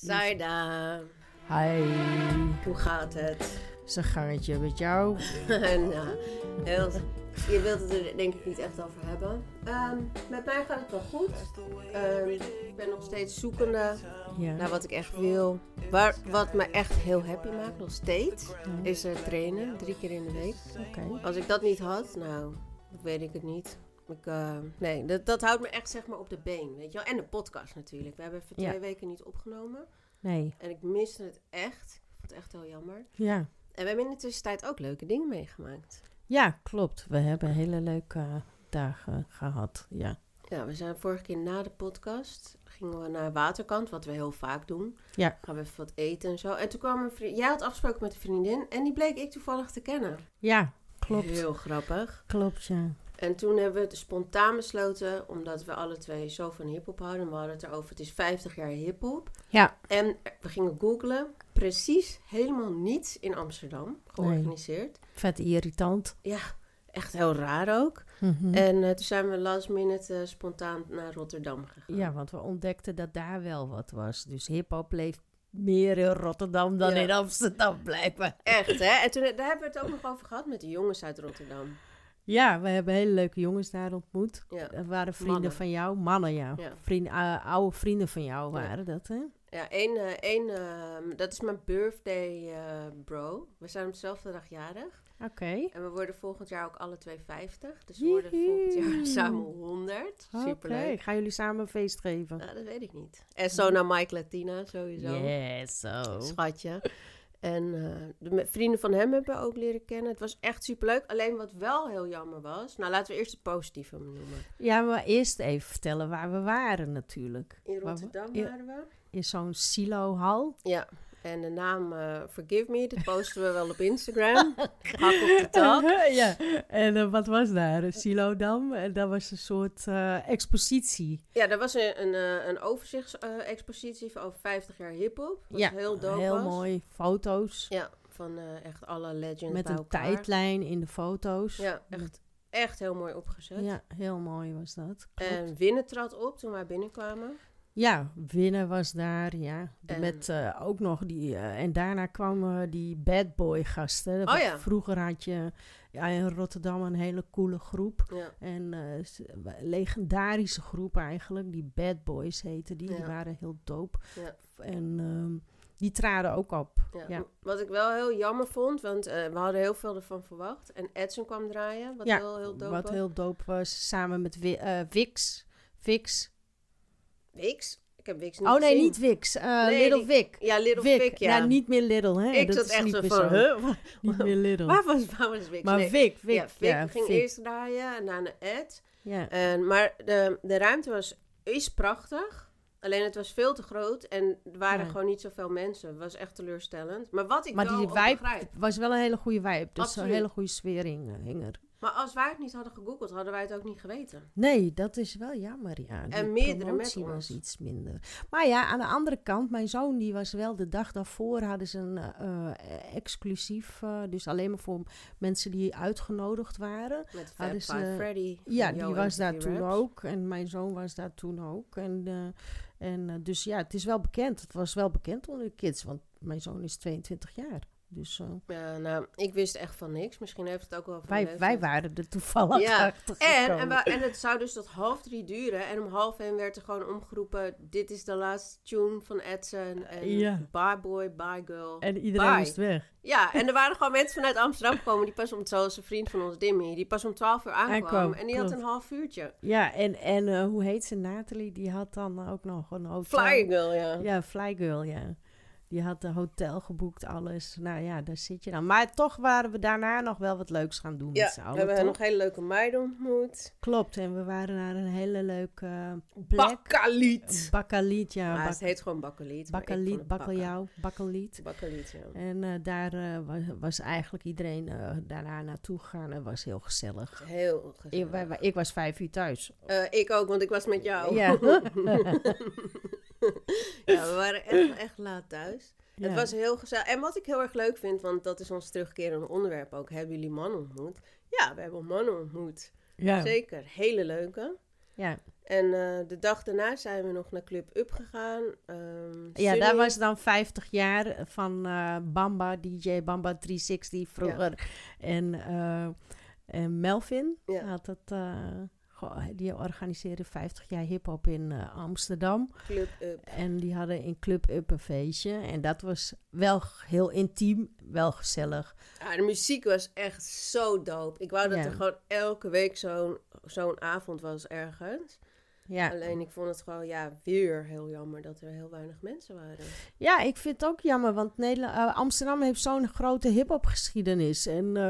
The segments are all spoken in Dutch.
Saida, Hi. hoe gaat het? Is een gangetje met jou? Je wilt het er denk ik niet echt over hebben. Met mij gaat het wel goed. Ik ben nog steeds zoekende naar wat ik echt wil. Wat me echt heel happy maakt, nog steeds, is trainen. 3 keer in de week. Oké. Als ik dat niet had, nou, weet ik het niet. Dat houdt me echt zeg maar op de been, weet je wel. En de podcast natuurlijk. We hebben even 2 weken niet opgenomen. Nee. En ik miste het echt. Ik vond het echt heel jammer. Ja. En we hebben in de tussentijd ook leuke dingen meegemaakt. Ja, klopt. We hebben hele leuke dagen gehad. Ja. Ja, we zijn vorige keer na de podcast. Gingen we naar Waterkant, wat we heel vaak doen. Ja. Gaan we even wat eten en zo. En toen kwam een vriend. Jij had afgesproken met een vriendin. En die bleek ik toevallig te kennen. Ja, klopt. Heel grappig. Klopt, ja. En toen hebben we het spontaan besloten, omdat we alle twee zo van hiphop houden. We hadden het erover, het is 50 jaar hiphop. Ja. En we gingen googlen. Precies helemaal niets in Amsterdam georganiseerd. Nee. Vet irritant. Ja, echt heel raar ook. Mm-hmm. En toen zijn we last minute spontaan naar Rotterdam gegaan. Ja, want we ontdekten dat daar wel wat was. Dus hiphop leeft meer in Rotterdam dan in Amsterdam blijkbaar. Echt, hè? En toen, daar hebben we het ook nog over gehad met de jongens uit Rotterdam. Ja, we hebben hele leuke jongens daar ontmoet. Ja. Dat waren vrienden Mannen. van jou. Mannen, ja. Oude vrienden van jou waren dat, hè? Ja, dat is mijn birthday bro. We zijn op dezelfde dag jarig. Oké. En we worden volgend jaar ook alle twee 50. Dus we worden volgend jaar samen 100. Superleuk. Gaan jullie samen een feest geven? Nou, dat weet ik niet. En zo naar Mike Latina, sowieso. Yes, zo. Schatje. En de vrienden van hem hebben we ook leren kennen. Het was echt superleuk. Alleen wat wel heel jammer was. Nou, laten we eerst het positieve noemen. Ja, maar eerst even vertellen waar we waren natuurlijk. In Rotterdam waren we. In zo'n silohal. Ja. En de naam Forgive Me, dat posten we wel op Instagram. Hak op de tak. Ja, en wat was daar? Een silodam. En dat was een soort expositie. Ja, dat was een overzichtsexpositie over 50 jaar hiphop. Wat heel dope heel was. Mooi. Foto's. Ja, van echt alle legends met bij een elkaar. tijdlijn in de foto's. Ja, echt heel mooi opgezet. Ja, heel mooi was dat. Klopt. En Winne trad op toen wij binnenkwamen. Ja, Winne was daar, ja. Met ook nog die... en daarna kwamen die bad boy gasten. Oh ja. Vroeger had je in Rotterdam een hele coole groep. Ja. En legendarische groep eigenlijk. Die bad boys heten die. Ja. Die waren heel dope. Ja. En die traden ook op. Ja. Ja. Wat ik wel heel jammer vond, want we hadden heel veel ervan verwacht. En Edson kwam draaien, wat heel dope was. Wat heel dope was. Samen met Wix. Wix? Ik heb Wix niet gezien. Nee, niet Wix. Little Vic. Ja, Little Vic, ja. Nou, niet meer Little, hè? Ik zat echt zo van, niet meer Little. Waar was Wix? Maar Vic. Ja, Vic ging eerst draaien en daarna Ed. Ja. Maar de ruimte is prachtig. Alleen het was veel te groot en er waren gewoon niet zoveel mensen. Het was echt teleurstellend. Maar wat ik wel die vibe begrijp. Was wel een hele goede vibe. Dus Absoluut. een hele goede sfeer hing er. Maar als wij het niet hadden gegoogeld, hadden wij het ook niet geweten. Nee, dat is wel jammer, ja. En meerdere met ons. Was iets minder. Maar ja, aan de andere kant, mijn zoon die was wel de dag daarvoor, hadden ze een exclusief, dus alleen maar voor mensen die uitgenodigd waren. Met Fab Five Freddy. Ja, die was daar toen ook. En mijn zoon was daar toen ook. Dus ja, het is wel bekend. Het was wel bekend onder de kids, want mijn zoon is 22 jaar. Dus, ja, nou, ik wist echt van niks. Misschien heeft het ook wel van wij waren er toevallig achter gekomen. En het zou dus tot 2:30 duren. En om 2:30 werd er gewoon omgeroepen... Dit is de laatste tune van Edson. En bye boy, bye girl. En iedereen moest weg. Ja, en er waren gewoon mensen vanuit Amsterdam gekomen... die pas zoals een vriend van ons, Dimmy... die pas om 12 uur aankwam. En die had een half uurtje. Ja, en hoe heet ze? Nathalie, die had dan ook nog een hotel. Fly Girl, ja. Ja, Fly Girl, ja. Die had een hotel geboekt, alles. Nou ja, daar zit je dan. Maar toch waren we daarna nog wel wat leuks gaan doen met z'n allen. We hebben nog hele leuke meiden ontmoet. Klopt, en we waren naar een hele leuke plek. Bakkaliet, ja. Maar het heet gewoon Bakkaliet. Bakkaliet, ja. En daar was eigenlijk iedereen daarna naartoe gegaan. En was heel gezellig. Heel gezellig. Ik was 5 uur thuis. Ik ook, want ik was met jou. Ja. Ja, we waren echt laat thuis. Ja. Het was heel gezellig. En wat ik heel erg leuk vind, want dat is ons terugkerende onderwerp ook. Hebben jullie mannen ontmoet? Ja, we hebben mannen ontmoet. Ja. Zeker. Hele leuke. Ja. En de dag daarna zijn we nog naar Club Up gegaan. Ja, daar was dan 50 jaar van Bamba, DJ Bamba 360 vroeger. Ja. En Melvin had het... die organiseerde 50 jaar hiphop in Amsterdam. Club Up. En die hadden in Club Up een feestje. En dat was wel heel intiem, wel gezellig. Ja, de muziek was echt zo dope. Ik wou dat er gewoon elke week zo'n avond was ergens. Ja. Alleen ik vond het gewoon weer heel jammer dat er heel weinig mensen waren. Ja, ik vind het ook jammer, want Amsterdam heeft zo'n grote hiphopgeschiedenis.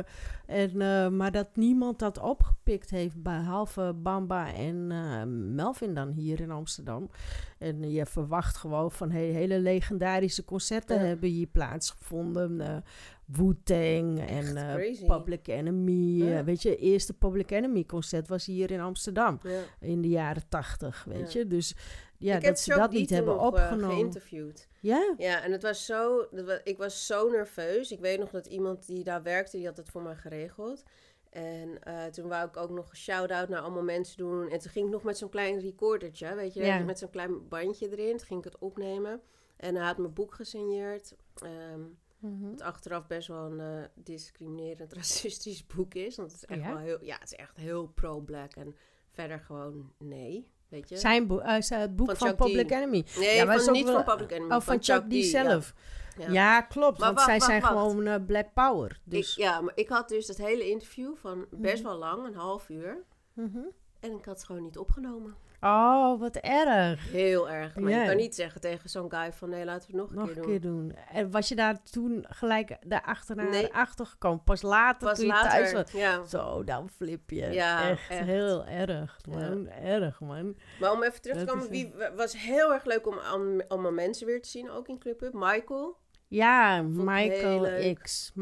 Maar dat niemand dat opgepikt heeft, behalve Bamba en Melvin dan hier in Amsterdam. En je verwacht gewoon van hele legendarische concerten hebben hier plaatsgevonden. Wu-Tang en Public Enemy. Weet je, eerste Public Enemy concert was hier in Amsterdam in de jaren 80, weet je. Dus dat ze dat niet hebben opgenomen. Geïnterviewd. Ja? Ja, en het was zo... Ik was zo nerveus. Ik weet nog dat iemand die daar werkte, die had het voor mij geregeld. En toen wou ik ook nog een shout-out naar allemaal mensen doen. En toen ging ik nog met zo'n klein recordertje, weet je. Met zo'n klein bandje erin. Toen ging ik het opnemen. En hij had mijn boek gesigneerd. Wat achteraf best wel een discriminerend, racistisch boek is. Want het is echt wel heel... Ja, het is echt heel pro-black. En verder gewoon nee, weet je. Het boek van Public Enemy. Nee, niet van Public Enemy. Oh, van Chuck D zelf. Ja, klopt. Maar want zij zijn gewoon Black Power. Dus. Maar ik had dus dat hele interview van best wel lang, een half uur. En ik had het gewoon niet opgenomen. Oh, wat erg. Heel erg. Maar je kan niet zeggen tegen zo'n guy van... nee, laten we het nog een keer doen. En was je daar toen gelijk achter gekomen? Pas later toen je thuis was? Ja. Zo, dan flip je. Ja, echt. Heel erg, man. Ja. Erg, man. Maar om even terug te komen... was heel erg leuk om allemaal mensen weer te zien. Ook in Club Up. Michael... Ja, Michael X.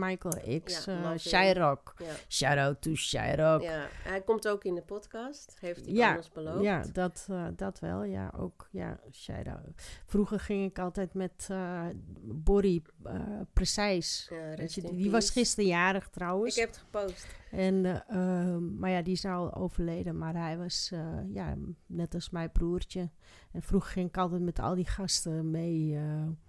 Shyrock. Ja. Shout-out to Shyrock. Ja, hij komt ook in de podcast. Heeft hij ons beloofd. Ja, dat wel. Ja, ook. Ja, shout-out. Vroeger ging ik altijd met Borrie Precies. Ja, die was gisteren jarig trouwens. Ik heb het gepost. Maar ja, die is al overleden. Maar hij was net als mijn broertje. En vroeger ging ik altijd met al die gasten mee...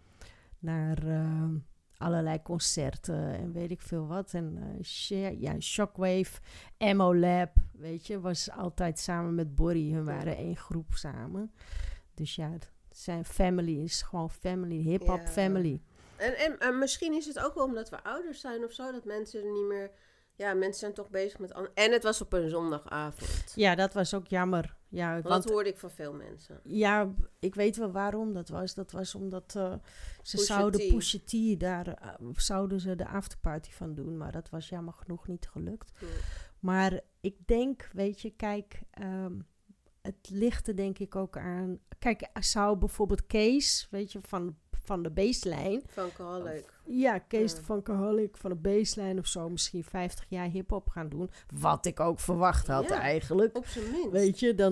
naar allerlei concerten en weet ik veel wat. En Shockwave, Emo Lab, weet je, was altijd samen met Borrie. Hun waren één groep samen. Dus ja, zijn family is gewoon family, hip-hop family. En misschien is het ook wel omdat we ouders zijn of zo, dat mensen er niet meer... Ja, mensen zijn toch bezig met... En het was op een zondagavond. Ja, dat was ook jammer. Ja, want dat hoorde ik van veel mensen. Ja, ik weet wel waarom dat was. Dat was omdat ze zouden Pusha T daar... zouden ze de afterparty van doen. Maar dat was jammer genoeg niet gelukt. Ja. Maar ik denk, weet je, kijk... het ligt er denk ik ook aan... Kijk, zou bijvoorbeeld Kees, weet je, van de baseline... Funkaholic. Ja, Kees de Funkaholic van de baseline of zo... misschien 50 jaar hiphop gaan doen. Wat ik ook verwacht had eigenlijk. Op zijn minst. Weet je,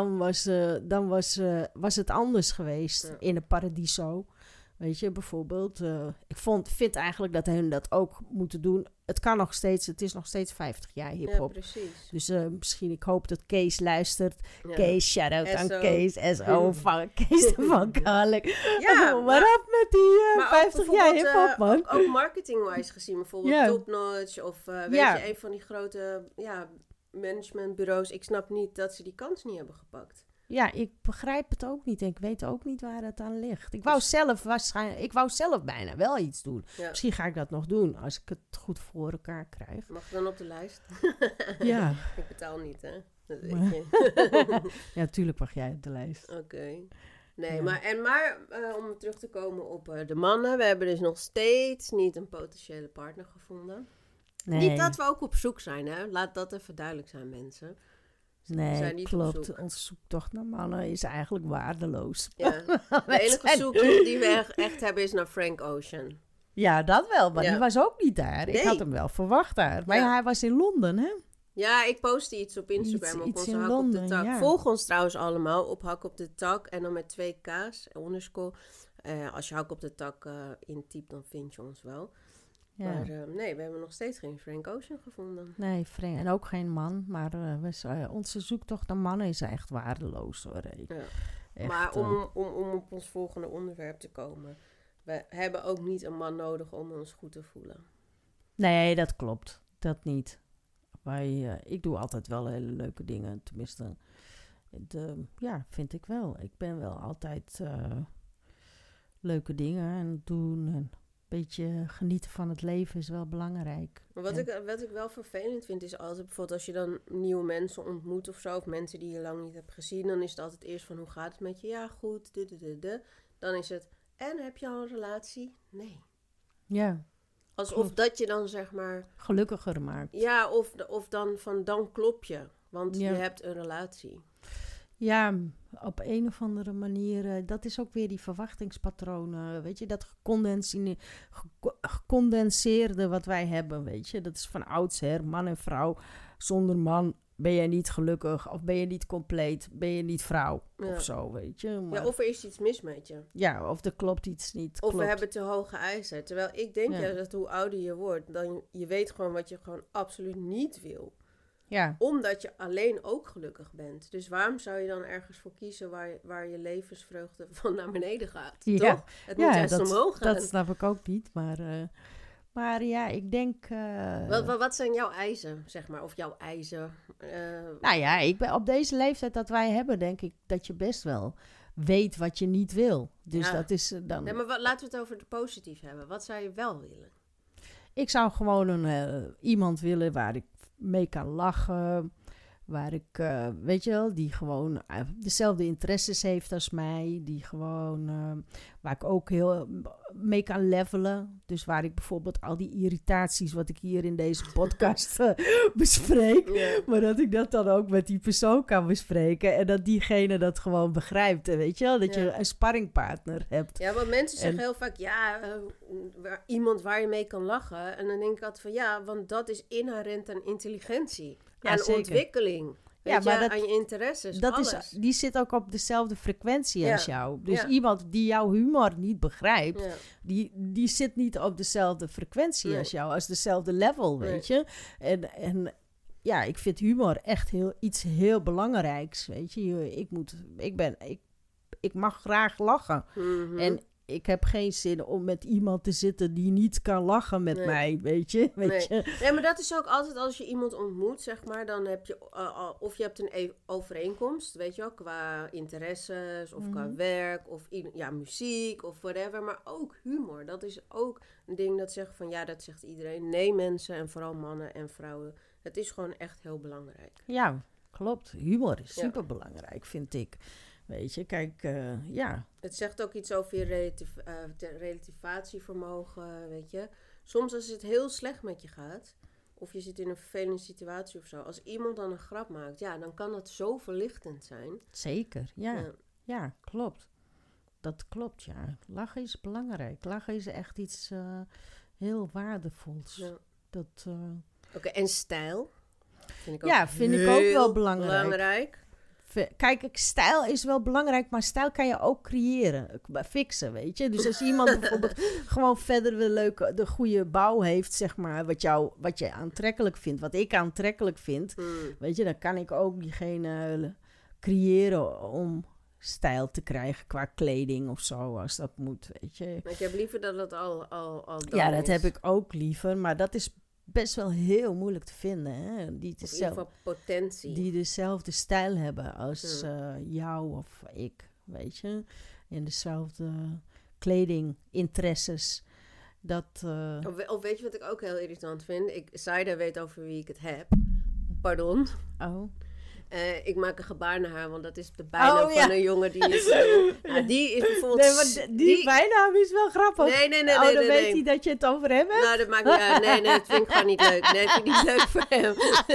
dan was het anders geweest in de Paradiso. Weet je, bijvoorbeeld... ik vind eigenlijk dat hun dat ook moeten doen... Het kan nog steeds, het is nog steeds 50 jaar hiphop. Ja, precies. Dus misschien, ik hoop dat Kees luistert. Ja. Kees, shout-out aan Kees. SO van Kees de Funkaholic. Ja, wat up met die 50 jaar hiphop, man? Ook marketing-wise gezien, bijvoorbeeld Top Notch of weet je, een van die grote managementbureaus. Ik snap niet dat ze die kans niet hebben gepakt. Ja, ik begrijp het ook niet en ik weet ook niet waar het aan ligt. Ik wou zelf bijna wel iets doen. Ja. Misschien ga ik dat nog doen als ik het goed voor elkaar krijg. Mag ik dan op de lijst? Ja. Ik betaal niet, hè? Dat weet je. Ja, tuurlijk mag jij op de lijst. Oké. Nee, maar om terug te komen op de mannen. We hebben dus nog steeds niet een potentiële partner gevonden. Nee. Niet dat we ook op zoek zijn, hè? Laat dat even duidelijk zijn, mensen. Nee, klopt. Onze zoektocht naar mannen is eigenlijk waardeloos. Ja. De enige zoektocht die we echt hebben is naar Frank Ocean. Ja, dat wel. Maar die was ook niet daar. Nee. Ik had hem wel verwacht daar. Maar hij was in Londen, hè? Ja, ik postte iets op Instagram op onze Hak op de Tak. Ja. Volg ons trouwens allemaal op Hak op de Tak. En dan met 2 K's, _. Als je Hak op de Tak intypt, dan vind je ons wel. Ja. Maar nee, we hebben nog steeds geen Frank Ocean gevonden. Nee, Frank, en ook geen man. Maar onze zoektocht naar mannen is echt waardeloos hoor. Ja. Echt, maar om op ons volgende onderwerp te komen. We hebben ook niet een man nodig om ons goed te voelen. Nee, dat klopt. Dat niet. Ik doe altijd wel hele leuke dingen. Tenminste, vind ik wel. Ik ben wel altijd leuke dingen aan het doen. En een beetje genieten van het leven is wel belangrijk. Maar wat ik wel vervelend vind is altijd bijvoorbeeld als je dan nieuwe mensen ontmoet of zo. Of mensen die je lang niet hebt gezien. Dan is het altijd eerst van hoe gaat het met je? Ja, goed. Dan is het, en heb je al een relatie? Nee. Ja. Alsof dat je dan zeg maar... gelukkiger maakt. Ja, of dan klop je. Want je hebt een relatie. Ja, op een of andere manier. Dat is ook weer die verwachtingspatronen. Weet je, dat gecondenseerde wat wij hebben. Weet je, dat is van oudsher. Man en vrouw. Zonder man ben je niet gelukkig. Of ben je niet compleet. Ben je niet vrouw. Ja. Of zo, weet je. Maar, ja, of er is iets mis met je. Ja, of er klopt iets niet. Of we hebben te hoge eisen. Terwijl ik denk dat hoe ouder je wordt, dan je weet gewoon wat je gewoon absoluut niet wil. Ja. Omdat je alleen ook gelukkig bent. Dus waarom zou je dan ergens voor kiezen waar je levensvreugde van naar beneden gaat? Ja. Toch? Het moet juist omhoog gaan. Dat snap ik ook niet. Maar ja, ik denk... Wat zijn jouw eisen, zeg maar? Of jouw eisen? Nou ja, ik ben op deze leeftijd dat wij hebben, denk ik dat je best wel weet wat je niet wil. Dus dat is dan... Nee, maar laten we het over het positief hebben. Wat zou je wel willen? Ik zou gewoon iemand willen waar ik mee kan lachen. Waar ik, weet je wel, die gewoon dezelfde interesses heeft als mij. Die gewoon, waar ik ook heel mee kan levelen. Dus waar ik bijvoorbeeld al die irritaties wat ik hier in deze podcast bespreek. Yeah. Maar dat ik dat dan ook met die persoon kan bespreken. En dat diegene dat gewoon begrijpt. Weet je wel, dat je een sparringpartner hebt. Ja, want mensen zeggen heel vaak, iemand waar je mee kan lachen. En dan denk ik altijd van, ja, want dat is inherent aan intelligentie. Ja, aan zeker. Ontwikkeling. Aan je interesses, alles. Die zit ook op dezelfde frequentie als jou. Dus iemand die jouw humor niet begrijpt, die zit niet op dezelfde frequentie als jou, als dezelfde level, weet je. En ja, ik vind humor echt iets heel belangrijks, weet je. Ik mag graag lachen. Mm-hmm. En ik heb geen zin om met iemand te zitten die niet kan lachen met mij, weet je? Nee, maar dat is ook altijd als je iemand ontmoet, zeg maar, dan heb je, of je hebt een overeenkomst, weet je wel, qua interesses, of qua werk, of muziek, of whatever, maar ook humor. Dat is ook een ding dat zegt van, dat zegt iedereen. Nee, mensen, en vooral mannen en vrouwen. Het is gewoon echt heel belangrijk. Ja, klopt. Humor is superbelangrijk, vind ik. Weet je, kijk, Het zegt ook iets over je relativatievermogen, weet je. Soms als het heel slecht met je gaat, of je zit in een vervelende situatie of zo. Als iemand dan een grap maakt, dan kan dat zo verlichtend zijn. Zeker, ja, klopt. Dat klopt, ja. Lachen is belangrijk. Lachen is echt iets heel waardevols. Ja. Oké, en stijl? Vind ik ook wel belangrijk. Kijk, stijl is wel belangrijk, maar stijl kan je ook creëren, fixen, weet je. Dus als iemand bijvoorbeeld gewoon verder de goede bouw heeft, zeg maar, wat je aantrekkelijk vindt, wat ik aantrekkelijk vind, weet je, dan kan ik ook diegene creëren om stijl te krijgen qua kleding of zo, als dat moet, weet je. Maar ik heb liever dat het al ja, dat heb ik ook liever, maar dat is best wel heel moeilijk te vinden. Hè? In ieder geval potentie. Die dezelfde stijl hebben als jou of ik, weet je. En dezelfde kledinginteresses. Of weet je wat ik ook heel irritant vind? Saida weet over wie ik het heb. Pardon. Oh. Ik maak een gebaar naar haar, want dat is de bijnaam van een jongen die is... die is bijvoorbeeld... Nee, maar die bijnaam is wel grappig. Nee. Dan weet hij dat je het over hem hebt? Nou, dat maakt niet uit. Nee, dat vind ik gewoon niet leuk. Nee, dat vind ik niet leuk voor hem.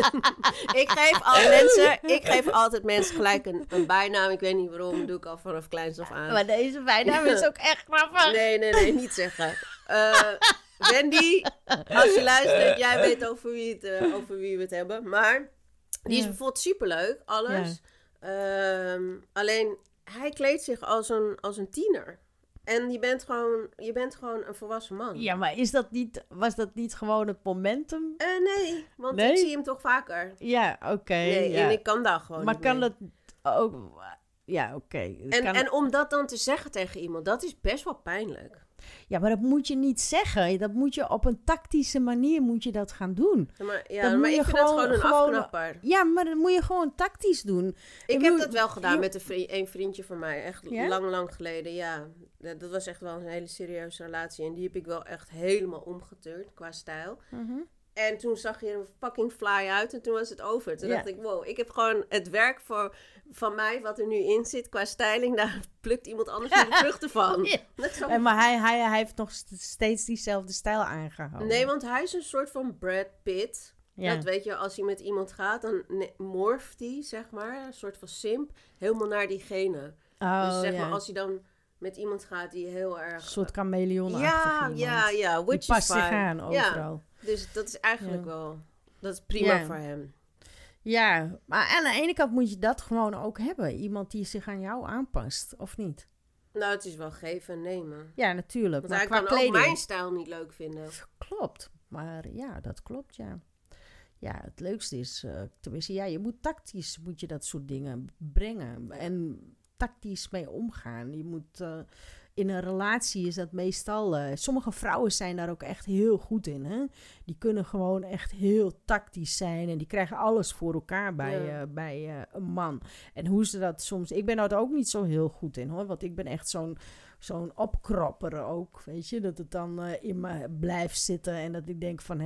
Ik geef altijd mensen gelijk een bijnaam. Ik weet niet waarom, dat doe ik al vanaf kleins af aan. Maar deze bijnaam is ook echt grappig. Nee, niet zeggen. Wendy, als je luistert, jij weet over wie we het hebben. Maar... Die is bijvoorbeeld superleuk, alles. Ja. Alleen, hij kleedt zich als een tiener. En je bent gewoon een volwassen man. Ja, maar was dat niet gewoon het momentum? Nee, want ik zie hem toch vaker. Ja, oké. Nee, en ik kan daar gewoon maar niet kan mee. dat ook... Ja, oké. En om dat dan te zeggen tegen iemand, dat is best wel pijnlijk. Ja, maar dat moet je niet zeggen. Dat moet je op een tactische manier dat gaan doen. Maar ik vind dat gewoon een afknapper. Ja, maar dat moet je gewoon tactisch doen. Ik heb dat wel gedaan met een vriendje van mij. Echt lang geleden, ja. Dat was echt wel een hele serieuze relatie. En die heb ik wel echt helemaal omgeturnd qua stijl. Mm-hmm. En toen zag je er fucking fly uit en toen was het over. Toen dacht ik, wow, ik heb gewoon het werk van mij, wat er nu in zit qua styling, daar plukt iemand anders de vruchten van. Ja. Maar hij heeft nog steeds diezelfde stijl aangehouden. Nee, want hij is een soort van Brad Pitt. Ja. Dat weet je, als hij met iemand gaat, dan morft hij, zeg maar, een soort van simp, helemaal naar diegene. Dus zeg maar, als hij dan met iemand gaat die heel erg... Een soort chameleon-achtig Ja, die past zich aan overal. Ja, dus dat is eigenlijk wel... Dat is prima voor hem. Ja, maar aan de ene kant moet je dat gewoon ook hebben. Iemand die zich aan jou aanpast, of niet? Nou, het is wel geven en nemen. Ja, natuurlijk. Want hij kan ook mijn stijl niet leuk vinden. Klopt, maar ja, dat klopt, ja. Ja, het leukste is... tenminste, je moet tactisch dat soort dingen brengen. En tactisch mee omgaan. Je moet... in een relatie is dat meestal... sommige vrouwen zijn daar ook echt heel goed in. Hè? Die kunnen gewoon echt heel tactisch zijn. En die krijgen alles voor elkaar bij een man. En hoe ze dat soms... Ik ben daar ook niet zo heel goed in, hoor. Want ik ben echt zo'n opkropper ook. Weet je? Dat het dan in me blijft zitten. En dat ik denk van...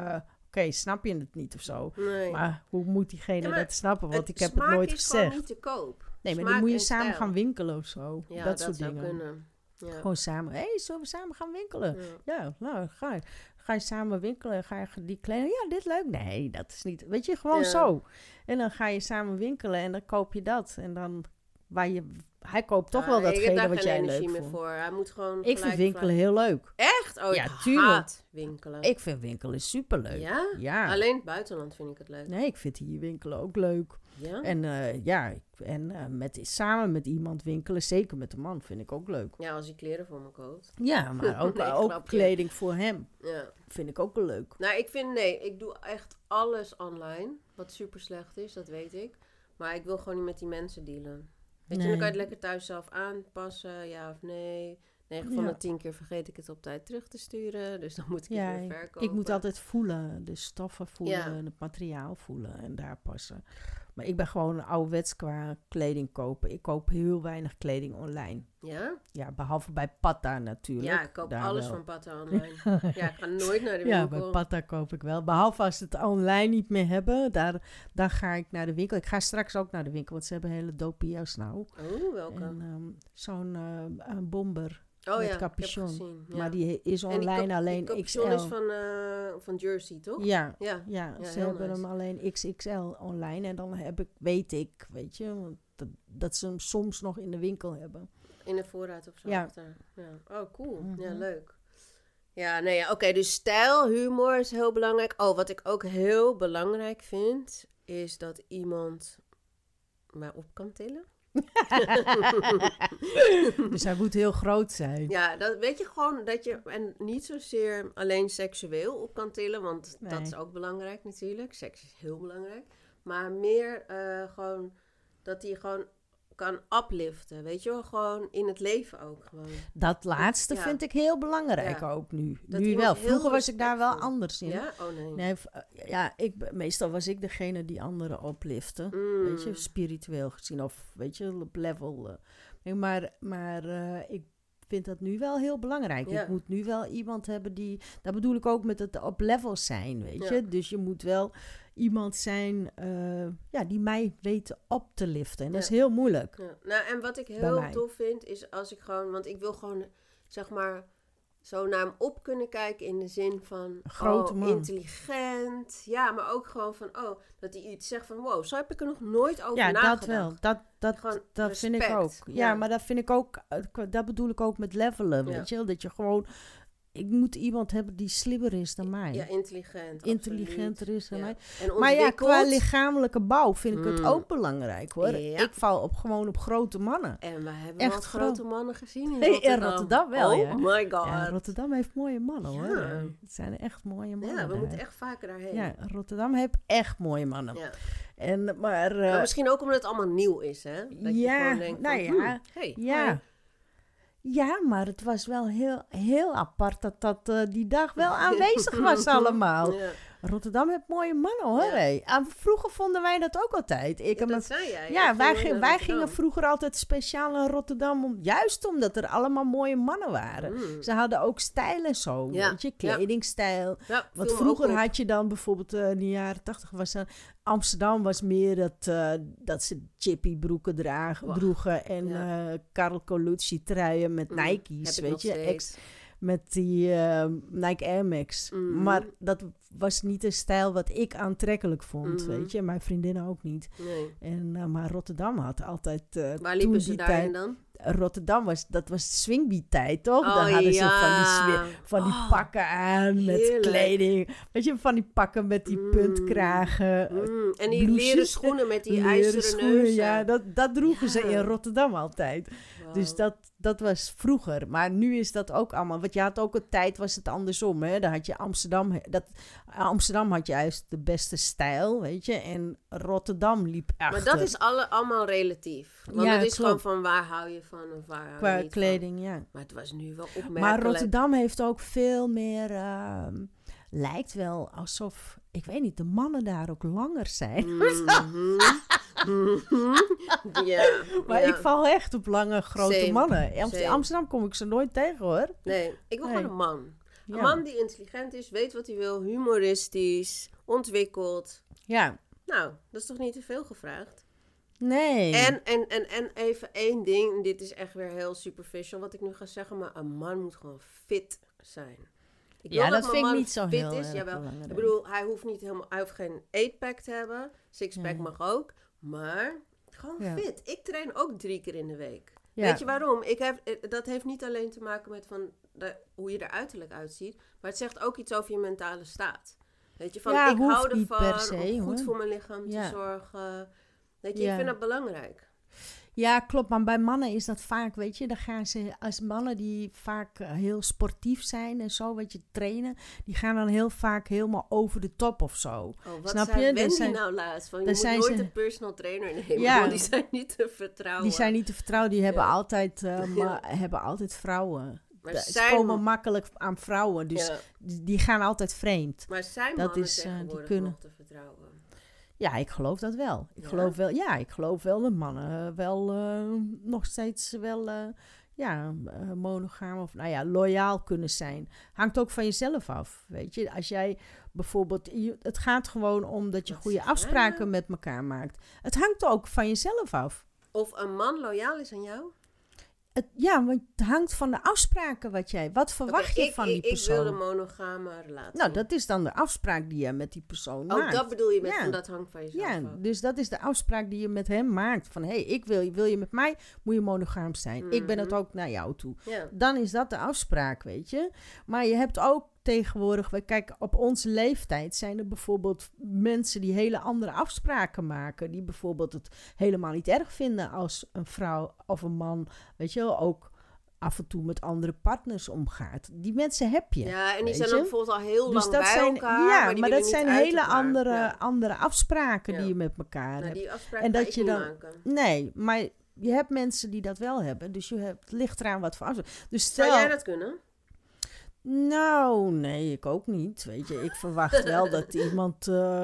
Oké, snap je het niet of zo? Nee. Maar hoe moet diegene dat snappen? Want ik heb het nooit gezegd. Smaak is gewoon niet te koop. Nee, maar dan moet je samen gaan winkelen of zo. Ja, dat soort zou dingen. Kunnen. Ja. Gewoon samen. Zullen we samen gaan winkelen? Ja, nou, ga je samen winkelen? Ga je die kleding? Ja, dit leuk. Nee, dat is niet... Weet je, gewoon zo. En dan ga je samen winkelen en dan koop je dat. En dan... Hij koopt toch wel datgene wat jij leuk vindt. Voor. Hij moet gewoon ik vind winkelen heel leuk. Echt? Oh, ja, ik haat winkelen. Ik vind winkelen superleuk. Ja? Ja. Alleen het buitenland vind ik het leuk. Nee, ik vind hier winkelen ook leuk. Ja? En samen met iemand winkelen, zeker met een man, vind ik ook leuk. Ja, als hij kleren voor me koopt. Ja, maar ook kleding voor hem. Ja. Vind ik ook wel leuk. Nou, ik doe echt alles online. Wat super slecht is, dat weet ik. Maar ik wil gewoon niet met die mensen dealen. Weet je, dan kan je het lekker thuis zelf aanpassen, ja of nee. 9 van de 10 keer vergeet ik het op tijd terug te sturen. Dus dan moet ik het weer verkopen. Ik moet altijd voelen. De stoffen voelen en het materiaal voelen en daar passen. Maar ik ben gewoon ouderwets qua kleding kopen. Ik koop heel weinig kleding online. Ja? Ja, behalve bij Patta natuurlijk. Ja, ik koop alles van Patta online. Ja, ik ga nooit naar de winkel. Ja, bij Patta koop ik wel. Behalve als ze het online niet meer hebben, dan ga ik naar de winkel. Ik ga straks ook naar de winkel, want ze hebben hele dope PO's nou. Oh, welke? En zo'n bomber. Met capuchon. Ik heb gezien, ja. Maar die is online alleen XL. Die capuchon is van Jersey, toch? Ja, ze hebben hem alleen XXL online. En dan weet ik, weet je, dat ze hem soms nog in de winkel hebben. In de voorraad of zo? Ja. Ja. Oh, cool. Mm-hmm. Ja, leuk. Ja, nee, oké, dus stijl, humor is heel belangrijk. Oh, wat ik ook heel belangrijk vind, is dat iemand mij op kan tillen. Dus hij moet heel groot zijn. Ja, dat weet je gewoon dat je... En niet zozeer alleen seksueel op kan tillen, want dat is ook belangrijk natuurlijk. Seks is heel belangrijk. Maar meer gewoon dat hij gewoon kan upliften, weet je wel? Gewoon in het leven ook gewoon. Dat laatste vind ik heel belangrijk ook nu. Nu wel. Vroeger was ik daar wel anders in. Ja? Oh nee. Meestal was ik degene die anderen uplifte. Weet je, spiritueel gezien of weet je, op level. Maar ik vind dat nu wel heel belangrijk. Ja. Ik moet nu wel iemand hebben die... Dat bedoel ik ook met het op level zijn, weet je. Dus je moet wel iemand zijn die mij weet op te liften. En dat is heel moeilijk. Ja. Nou, en wat ik heel tof vind, is als ik gewoon... Want ik wil gewoon, zeg maar... Zo naar hem op kunnen kijken in de zin van... intelligent. Ja, maar ook gewoon van... dat hij iets zegt van... Wow, zo heb ik er nog nooit over nagedacht. Ja, dat wel. Dat vind ik ook. Ja, maar dat vind ik ook... Dat bedoel ik ook met levelen, weet je. Dat je gewoon ik moet iemand hebben die slimmer is dan mij. Ja, intelligent. Intelligenter is dan mij. En maar ja, qua lichamelijke bouw vind ik het ook belangrijk, hoor. Ja. Ik val gewoon op grote mannen. En we hebben wat grote mannen gezien in Rotterdam. In Rotterdam wel, ja. Oh my god. Ja, Rotterdam heeft mooie mannen, hoor. Het zijn echt mooie mannen. Ja, we moeten echt vaker daarheen. Ja, Rotterdam heeft echt mooie mannen. Ja. Maar misschien ook omdat het allemaal nieuw is, hè? Dat je gewoon denkt van, Ja, maar het was wel heel apart dat die dag wel aanwezig was allemaal. Ja. Rotterdam heeft mooie mannen, hoor. Ja. Vroeger vonden wij dat ook altijd. Dat zei jij. Ja, wij gingen vroeger altijd speciaal naar Rotterdam, juist omdat er allemaal mooie mannen waren. Ze hadden ook stijl en zo, weet je, kledingstijl. Ja, want vroeger had je dan bijvoorbeeld in de jaren 80 was dan Amsterdam was meer dat ze chippy broeken droegen en Karel Colucci truien met Nike's, weet je, met die Nike Air Max. Maar dat was niet een stijl wat ik aantrekkelijk vond, weet je. Mijn vriendinnen ook niet. Nee. En, maar Rotterdam had altijd... Waar liepen ze daarin dan? Rotterdam was swingbeat-tijd, toch? Daar hadden ze van die pakken aan met kleding. Weet je, van die pakken met die puntkragen. En die leren schoenen met die ijzeren neuzen. Ja, dat droegen ze in Rotterdam altijd. Wow. Dus dat was vroeger. Maar nu is dat ook allemaal. Want je had ook een tijd, was het andersom. Hè? Dan had je Amsterdam had juist de beste stijl, weet je. En Rotterdam liep achter. Maar dat is allemaal relatief. Want het is gewoon van waar hou je van of waar hou je qua niet kleding, van. Ja. Maar het was nu wel opmerkelijk. Maar Rotterdam heeft ook veel meer... lijkt wel alsof, ik weet niet, de mannen daar ook langer zijn. Maar ik val echt op lange, grote mannen. In Amsterdam kom ik ze nooit tegen, hoor. Nee, ik wil gewoon een man. Een man die intelligent is, weet wat hij wil, humoristisch, ontwikkeld. Ja. Nou, dat is toch niet te veel gevraagd? Nee. En even één ding, dit is echt weer heel superficial wat ik nu ga zeggen, maar een man moet gewoon fit zijn. Dat vind ik niet zo heel is. Belangrijk. Ik bedoel, hij hoeft geen 8-pack te hebben. 6-pack mag ook. Maar gewoon fit. Ik train ook 3 keer in de week. Ja. Weet je waarom? Dat heeft niet alleen te maken met hoe je er uiterlijk uitziet. Maar het zegt ook iets over je mentale staat. Weet je, van ik hou ervan om goed voor mijn lichaam te zorgen. Weet je, ik vind dat belangrijk. Ja, klopt. Maar bij mannen is dat vaak, weet je, dan gaan ze als mannen die vaak heel sportief zijn en zo, weet je, trainen, die gaan dan heel vaak helemaal over de top of zo. Oh, wat snap je? Wendy nou laatst? Van, je moet nooit een personal trainer nemen, want die zijn niet te vertrouwen. Die zijn niet te vertrouwen, die hebben altijd vrouwen. Ze komen makkelijk aan vrouwen, dus die gaan altijd vreemd. Maar zijn mannen tegenwoordig nog te vertrouwen? Ja, ik geloof dat wel. Ik geloof wel dat mannen wel nog steeds wel monogaam of loyaal kunnen zijn. Hangt ook van jezelf af, weet je. Als jij bijvoorbeeld, het gaat gewoon om dat je goede afspraken met elkaar maakt. Het hangt ook van jezelf af. Of een man loyaal is aan jou? Want het hangt van de afspraken wat verwacht je van die persoon. Ik wil een monogame relatie. Nou, dat is dan de afspraak die je met die persoon maakt. Oh, dat bedoel je met van dat hangt van jezelf af. Dus dat is de afspraak die je met hem maakt. Van, wil je met mij, moet je monogaam zijn. Mm-hmm. Ik ben het ook naar jou toe. Yeah. Dan is dat de afspraak, weet je. Maar je hebt ook tegenwoordig, kijk, op onze leeftijd zijn er bijvoorbeeld mensen die hele andere afspraken maken. Die bijvoorbeeld het helemaal niet erg vinden als een vrouw of een man, weet je wel, ook af en toe met andere partners omgaat. Die mensen heb je. Ja, en die zijn dan bijvoorbeeld al heel lang bij elkaar. Ja, maar dat zijn hele andere afspraken die je met elkaar hebt. Die afspraken kan ik niet maken. Nee, maar je hebt mensen die dat wel hebben. Dus het ligt eraan wat voor afspraken. Dus zou jij dat kunnen? Nou, nee, ik ook niet. Weet je, ik verwacht wel dat iemand,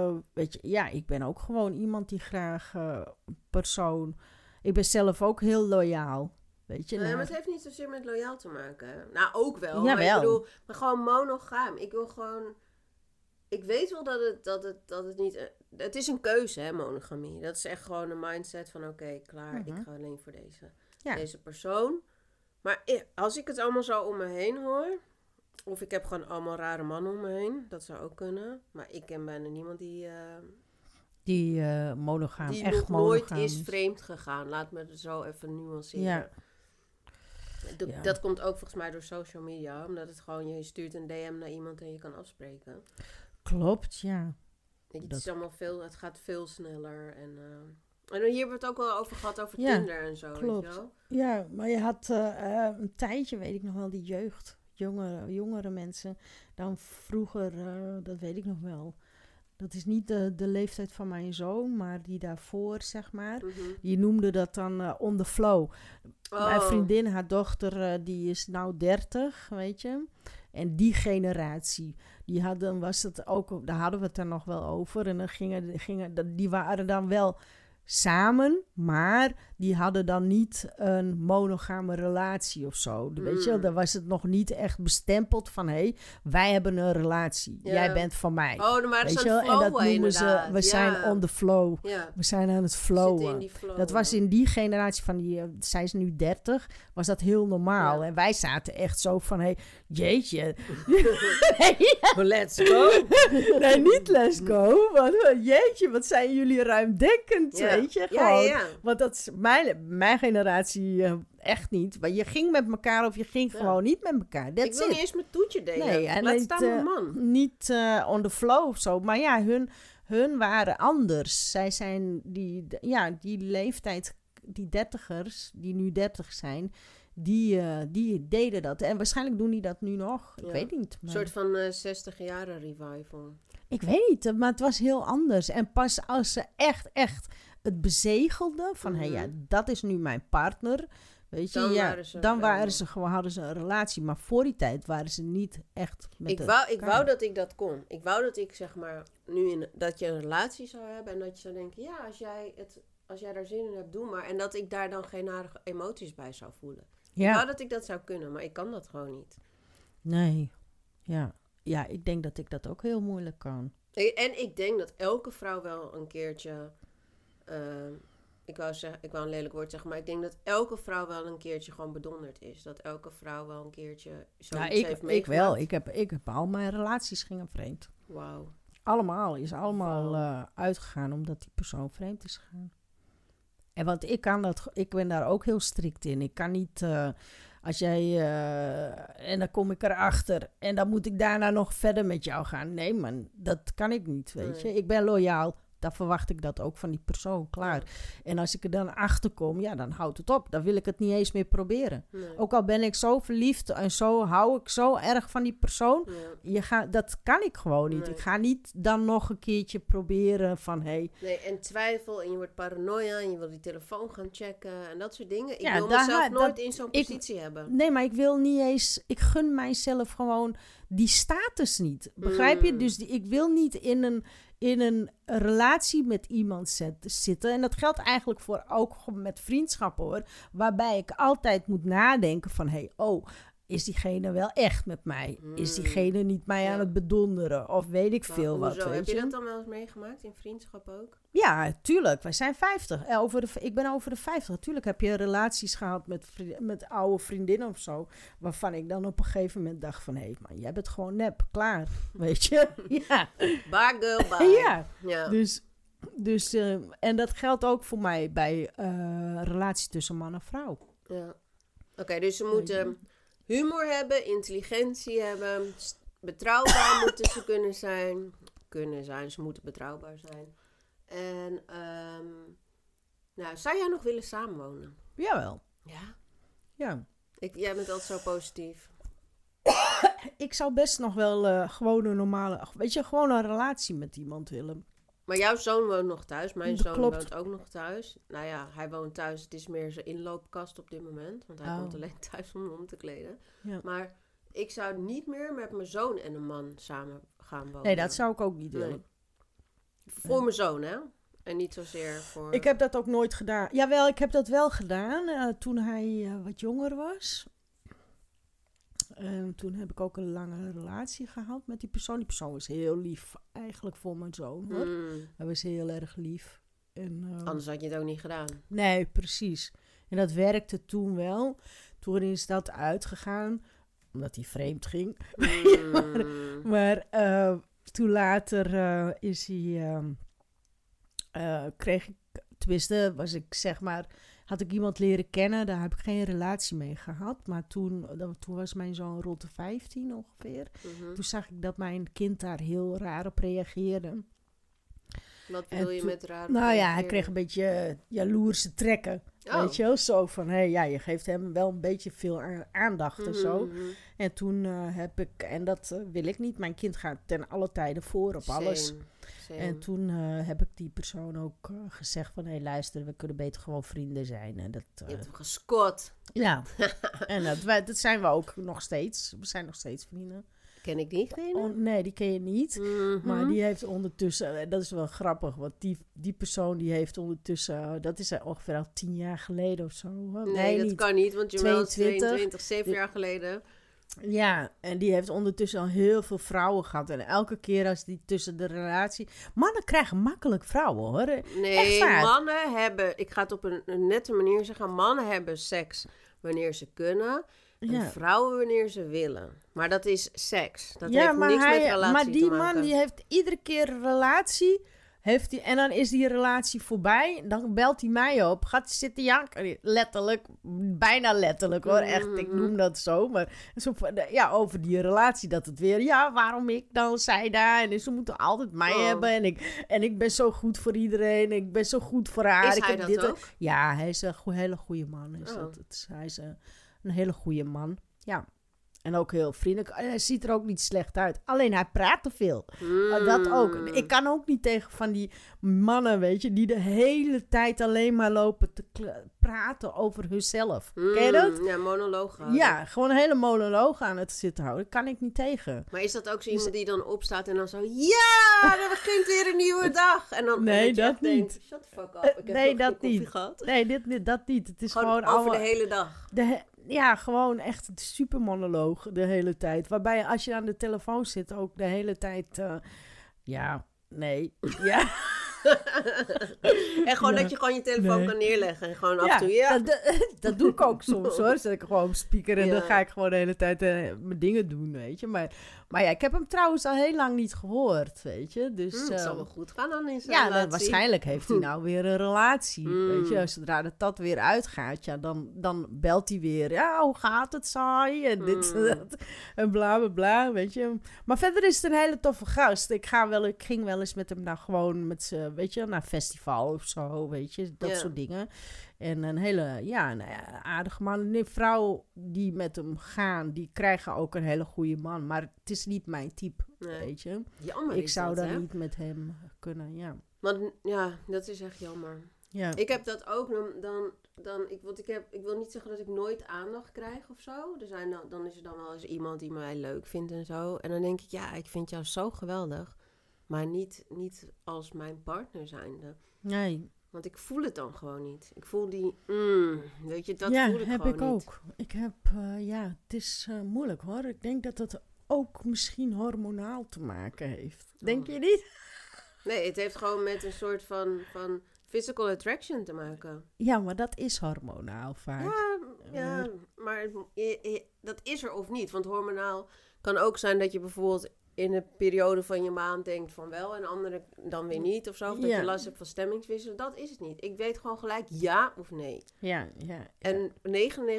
ik ben ook gewoon iemand die graag persoon. Ik ben zelf ook heel loyaal. Weet je, maar het heeft niet zozeer met loyaal te maken. Nou, ook wel. Ja, maar ik bedoel, maar gewoon monogaam. Ik wil gewoon. Ik weet wel dat het niet. Het is een keuze, hè, monogamie. Dat is echt gewoon een mindset van oké, klaar. Ik ga alleen voor deze persoon. Maar als ik het allemaal zo om me heen hoor. Of ik heb gewoon allemaal rare mannen om me heen. Dat zou ook kunnen. Maar ik ken bijna niemand die monogaam, die echt nog nooit is vreemd gegaan. Laat me het zo even nuanceren. Ja. Dat komt ook volgens mij door social media. Omdat het gewoon, je stuurt een DM naar iemand en je kan afspreken. Klopt, ja. Het is allemaal het gaat veel sneller. En hier hebben we het ook wel over gehad, over Tinder en zo. Klopt. Weet je wel? Ja, maar je had een tijdje, weet ik nog wel, die jeugd. Jongere mensen. Dan vroeger, dat weet ik nog wel. Dat is niet de leeftijd van mijn zoon, maar die daarvoor, zeg maar. Mm-hmm. Die noemde dat dan on the flow. Mijn vriendin, haar dochter, die is nou 30, weet je. En die generatie, was het ook, daar hadden we het dan nog wel over. En dan die waren dan wel samen, maar die hadden dan niet een monogame relatie of zo. Weet je, dan was het nog niet echt bestempeld van, wij hebben een relatie. Ja. Jij bent van mij. Oh, dan waren ze aan het flowen, en dat noemen inderdaad. ze, we zijn on the flow. Ja. We zijn aan het flowen. Flow, dat was in die generatie van zij is nu 30, was dat heel normaal. Ja. En wij zaten echt zo van, jeetje. Let's go. Nee, niet let's go. Want, jeetje, wat zijn jullie ruimdenkend, weet je. Gewoon. Ja. Want dat is mijn generatie echt niet. Want je ging met elkaar of je ging gewoon niet met elkaar. Ik wil niet eens mijn toetje delen. Nee, laat staan mijn man. Niet on the flow of zo. Maar ja, hun waren anders. Zij zijn die leeftijd, die 30ers, die nu 30 zijn, die deden dat. En waarschijnlijk doen die dat nu nog. Ik weet niet. Maar... Een soort van 60-jaren revival. Ik weet niet, maar het was heel anders. En pas als ze echt het bezegelden van, dat is nu mijn partner. Weet je, hadden ze een relatie. Maar voor die tijd waren ze niet echt met Ik wou dat ik dat kon. Ik wou dat ik, zeg maar, dat je een relatie zou hebben. En dat je zou denken, ja, als jij daar zin in hebt, doe maar. En dat ik daar dan geen nare emoties bij zou voelen. Ja. Ik wou dat ik dat zou kunnen, maar ik kan dat gewoon niet. Nee, ja. Ja, ik denk dat ik dat ook heel moeilijk kan. En ik denk dat elke vrouw wel een keertje... Ik wou een lelijk woord zeggen, maar ik denk dat elke vrouw wel een keertje gewoon bedonderd is. Dat elke vrouw wel een keertje zoiets heeft meegemaakt. Ik wel. Ik heb al mijn relaties gingen vreemd. Wauw. Allemaal uitgegaan omdat die persoon vreemd is gegaan. En want ik ben daar ook heel strikt in. Ik kan niet... Als jij... en dan kom ik erachter. En dan moet ik daarna nog verder met jou gaan. Nee, man. Dat kan ik niet, weet je. Ik ben loyaal. Dan verwacht ik dat ook van die persoon, klaar. Ja. En als ik er dan achter kom, dan houdt het op. Dan wil ik het niet eens meer proberen. Nee. Ook al ben ik zo verliefd en zo hou ik zo erg van die persoon. Ja. Dat kan ik gewoon niet. Nee. Ik ga niet dan nog een keertje proberen van, Nee, en twijfel en je wordt paranoia en je wil die telefoon gaan checken en dat soort dingen. Ik wil mezelf nooit in zo'n positie hebben. Nee, maar ik wil niet eens... Ik gun mijzelf gewoon die status niet. Begrijp je? Dus ik wil niet in een relatie met iemand zitten. En dat geldt eigenlijk ook met vriendschappen, hoor. Waarbij ik altijd moet nadenken van... is diegene wel echt met mij? Is diegene niet mij aan het bedonderen? Of weet ik veel wat, weet Heb je dat dan wel eens meegemaakt in vriendschap ook? Ja, tuurlijk. Wij zijn 50. Ik ben over de 50. Tuurlijk heb je relaties gehad met oude vriendinnen of zo. Waarvan ik dan op een gegeven moment dacht van... man, jij bent gewoon nep. Klaar. Weet je? Ja. Bye girl, bye. Ja. Dus en dat geldt ook voor mij bij relaties tussen man en vrouw. Ja. Oké, dus ze moeten... humor hebben, intelligentie hebben, betrouwbaar moeten ze kunnen zijn. Ze moeten betrouwbaar zijn. En, zou jij nog willen samenwonen? Jawel. Ja? Ja. Jij bent altijd zo positief. Ik zou best nog wel gewoon een normale, gewoon een relatie met iemand willen. Maar jouw zoon woont nog thuis. Mijn zoon woont ook nog thuis. Nou ja, hij woont thuis. Het is meer zijn inloopkast op dit moment. Want hij komt alleen thuis om te kleden. Ja. Maar ik zou niet meer met mijn zoon en een man samen gaan wonen. Nee, dat zou ik ook niet willen. Voor mijn zoon, hè? En niet zozeer voor... Ik heb dat ook nooit gedaan. Jawel, ik heb dat wel gedaan toen hij wat jonger was. Toen heb ik ook een lange relatie gehad met die persoon. Die persoon was heel lief eigenlijk voor mijn zoon, hoor. Hij was heel erg lief. En, anders had je het ook niet gedaan. Nee, precies. En dat werkte toen wel. Toen is dat uitgegaan, omdat hij vreemd ging. maar toen later kreeg ik... Tenminste, was ik zeg maar... had ik iemand leren kennen. Daar heb ik geen relatie mee gehad. Maar toen was mijn zoon rond de 15 ongeveer. Mm-hmm. Toen zag ik dat mijn kind daar heel raar op reageerde. Wat bedoel je met raar? Nou ja, hij kreeg een beetje jaloerse trekken. Oh. Weet je wel? Zo van, je geeft hem wel een beetje veel aandacht en zo. Mm-hmm. En toen heb ik, en dat wil ik niet, mijn kind gaat ten alle tijden voor op alles. Same. En toen heb ik die persoon ook gezegd van, luister, we kunnen beter gewoon vrienden zijn. En dat, je hebt hem gescot. Ja, en dat zijn we ook nog steeds. We zijn nog steeds vrienden. Ken ik diegene? Nee, die ken je niet. Mm-hmm. Maar die heeft ondertussen, dat is wel grappig, want die persoon die heeft ondertussen, dat is ongeveer al 10 jaar geleden of zo. Nee, dat niet. kan niet, want Jamal is 22, 7 jaar geleden. Ja, en die heeft ondertussen al heel veel vrouwen gehad. En elke keer als die tussen de relatie... Mannen krijgen makkelijk vrouwen, hoor. Nee, mannen hebben... Ik ga het op een nette manier zeggen. Mannen hebben seks wanneer ze kunnen. En vrouwen wanneer ze willen. Maar dat is seks. Dat heeft niks met relatie te maken. Maar die man die heeft iedere keer een relatie... En dan is die relatie voorbij. Dan belt hij mij op. Gaat zitten janken. Letterlijk. Bijna letterlijk hoor. Echt, ik noem dat zo. Maar zo, over die relatie. Dat het weer... Ja, waarom ik dan? Zij daar. En ze moeten altijd mij hebben. En ik ben zo goed voor iedereen. Ik ben zo goed voor haar. Is hij dat ook? Ja, hij is een hele goede man. Hij is een hele goede man. Ja. En ook heel vriendelijk. Hij ziet er ook niet slecht uit. Alleen hij praat te veel. Dat ook. Ik kan ook niet tegen van die mannen, weet je, die de hele tijd alleen maar lopen te praten over hunzelf. Ken je dat? Ja, monoloog houden. Ja, gewoon een hele monoloog aan het zitten houden. Kan ik niet tegen. Maar is dat ook zo iemand die dan opstaat en dan zo... Ja, er begint weer een nieuwe dag. En dan nee, dat niet. Denkt, shut the fuck up. Ik heb nog geen koffie gehad. Nee, dat niet. Het is gewoon over allemaal, de hele dag. Ja, gewoon echt een super monoloog de hele tijd. Waarbij als je aan de telefoon zit ook de hele tijd... nee. Ja. En gewoon dat je gewoon je telefoon kan neerleggen. En gewoon af en toe, dat doe ik ook soms hoor. Zet ik gewoon op speaker en dan ga ik gewoon de hele tijd mijn dingen doen, weet je. Maar ik heb hem trouwens al heel lang niet gehoord, weet je. Dus, het zal wel goed gaan dan in zijn relatie. Waarschijnlijk heeft hij nou weer een relatie, weet je. Zodra dat weer uitgaat, dan belt hij weer. Ja, hoe gaat het, saai? En dit en dat. En bla, bla, bla, weet je. Maar verder is het een hele toffe gast. Ik ging wel eens met hem nou gewoon met z'n, weet je, naar een festival of zo, weet je. Dat soort dingen. En een hele, aardige man. Nee, vrouwen die met hem gaan, die krijgen ook een hele goede man. Maar het is niet mijn type, weet je. Jammer ik zou dan niet met hem kunnen, ja. Want dat is echt jammer. Ja. Ik heb dat ook ik wil niet zeggen dat ik nooit aandacht krijg of zo. Dan is er dan wel eens iemand die mij leuk vindt en zo. En dan denk ik, ik vind jou zo geweldig. Maar niet als mijn partner zijnde. Nee. Want ik voel het dan gewoon niet. Ik voel die, weet je, dat voel ik heb gewoon ik niet. ook. Ik heb, het is moeilijk hoor. Ik denk dat het ook misschien hormonaal te maken heeft. Denk je niet? Nee, het heeft gewoon met een soort van physical attraction te maken. Ja, maar dat is hormonaal vaak. Ja, maar dat is er of niet. Want hormonaal kan ook zijn dat je bijvoorbeeld in een periode van je maand denkt van wel en andere dan weer niet of zo. Of dat je last hebt van stemmingswisselen. Dat is het niet. Ik weet gewoon gelijk ja of nee. Ja. En 99,5%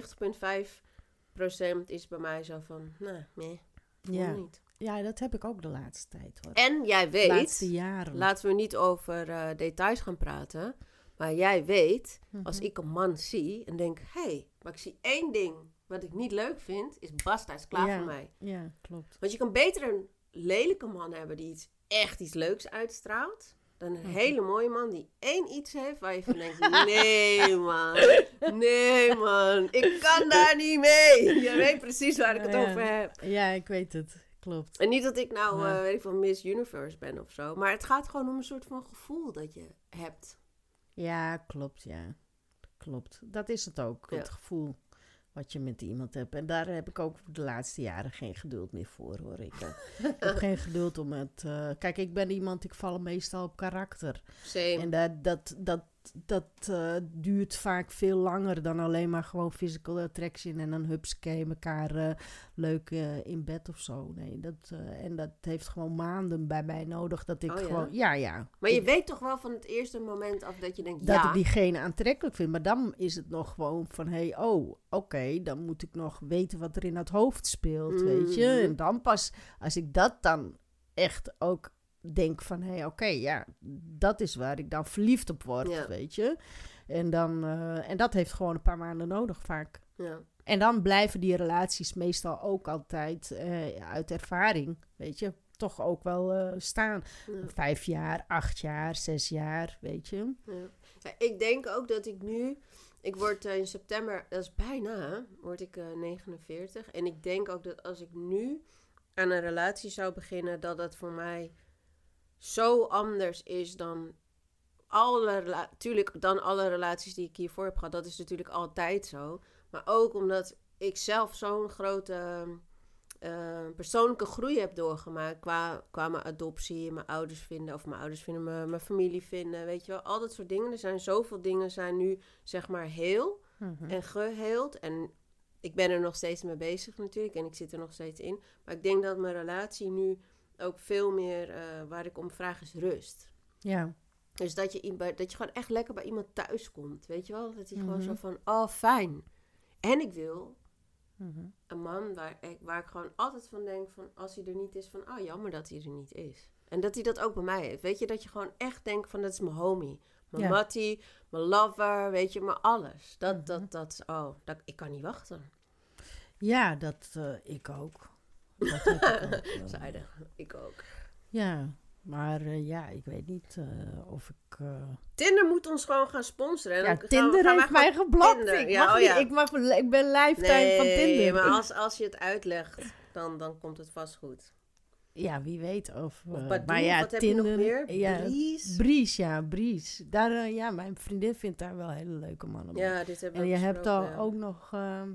is bij mij zo van, nee, niet. Ja, dat heb ik ook de laatste tijd hoor. En jij weet, laatste jaren. Laten we niet over details gaan praten. Maar jij weet, als ik een man zie en denk, maar ik zie één ding wat ik niet leuk vind, is basta, is klaar voor mij. Ja, klopt. Want je kan beter een lelijke man hebben die echt iets leuks uitstraalt, dan een hele mooie man die iets heeft waar je van denkt, nee man, ik kan daar niet mee. Je weet precies waar ik het over heb. Ja, ik weet het. Klopt. En niet dat ik weet ik van Miss Universe ben of zo, maar het gaat gewoon om een soort van gevoel dat je hebt. Ja, klopt, Klopt. Dat is het ook, het gevoel wat je met iemand hebt. En daar heb ik ook de laatste jaren geen geduld meer voor, hoor. Ik heb geen geduld om het... kijk, ik ben iemand, ik val meestal op karakter. Same. En dat dat duurt vaak veel langer dan alleen maar gewoon physical attraction en dan hupsakee elkaar leuk in bed of zo. Nee, en dat heeft gewoon maanden bij mij nodig dat ik gewoon... Ja. Maar je weet toch wel van het eerste moment af dat je denkt, dat ik diegene aantrekkelijk vind. Maar dan is het nog gewoon van, oké, dan moet ik nog weten wat er in het hoofd speelt, weet je. En dan pas, als ik dat dan echt ook denk van, dat is waar ik dan verliefd op word, weet je. En dat heeft gewoon een paar maanden nodig vaak. Ja. En dan blijven die relaties meestal ook altijd uit ervaring, weet je, toch ook wel staan. 5 jaar, 8 jaar, 6 jaar, weet je. Ja, ik denk ook dat ik word in september, dat is bijna, word ik 49. En ik denk ook dat als ik nu aan een relatie zou beginnen, dat dat voor mij zo anders is dan alle relaties die ik hiervoor heb gehad. Dat is natuurlijk altijd zo. Maar ook omdat ik zelf zo'n grote persoonlijke groei heb doorgemaakt qua mijn adoptie, mijn ouders vinden, of mijn ouders vinden mijn familie vinden, weet je wel. Al dat soort dingen. Er zijn zoveel dingen zijn nu, zeg maar, heel en geheeld. En ik ben er nog steeds mee bezig natuurlijk en ik zit er nog steeds in. Maar ik denk dat mijn relatie nu ook veel meer, waar ik om vraag, is rust. Ja. Dus dat je gewoon echt lekker bij iemand thuis komt, weet je wel. Dat hij gewoon zo van, oh fijn. En ik wil een man waar ik gewoon altijd van denk van, als hij er niet is, van, oh jammer dat hij er niet is. En dat hij dat ook bij mij heeft. Weet je, dat je gewoon echt denkt van, dat is mijn homie. Mijn mattie, mijn lover, weet je, maar alles. Ik kan niet wachten. Ja, ik ook. Dat heb ik ook. Zeiden, ik ook. Ja, maar ik weet niet of ik... Tinder moet ons gewoon gaan sponsoren. Ja, Tinder heeft mij geblokt. Ik ben lifetime van Tinder. Nee, maar als je het uitlegt, dan komt het vast goed. Ja, wie weet. Of maar ja, wat Tinder, heb je nog meer? Ja, Breeze. Daar, mijn vriendin vindt daar wel hele leuke mannen mee. Ja, dit hebben we en je hebt ook nog...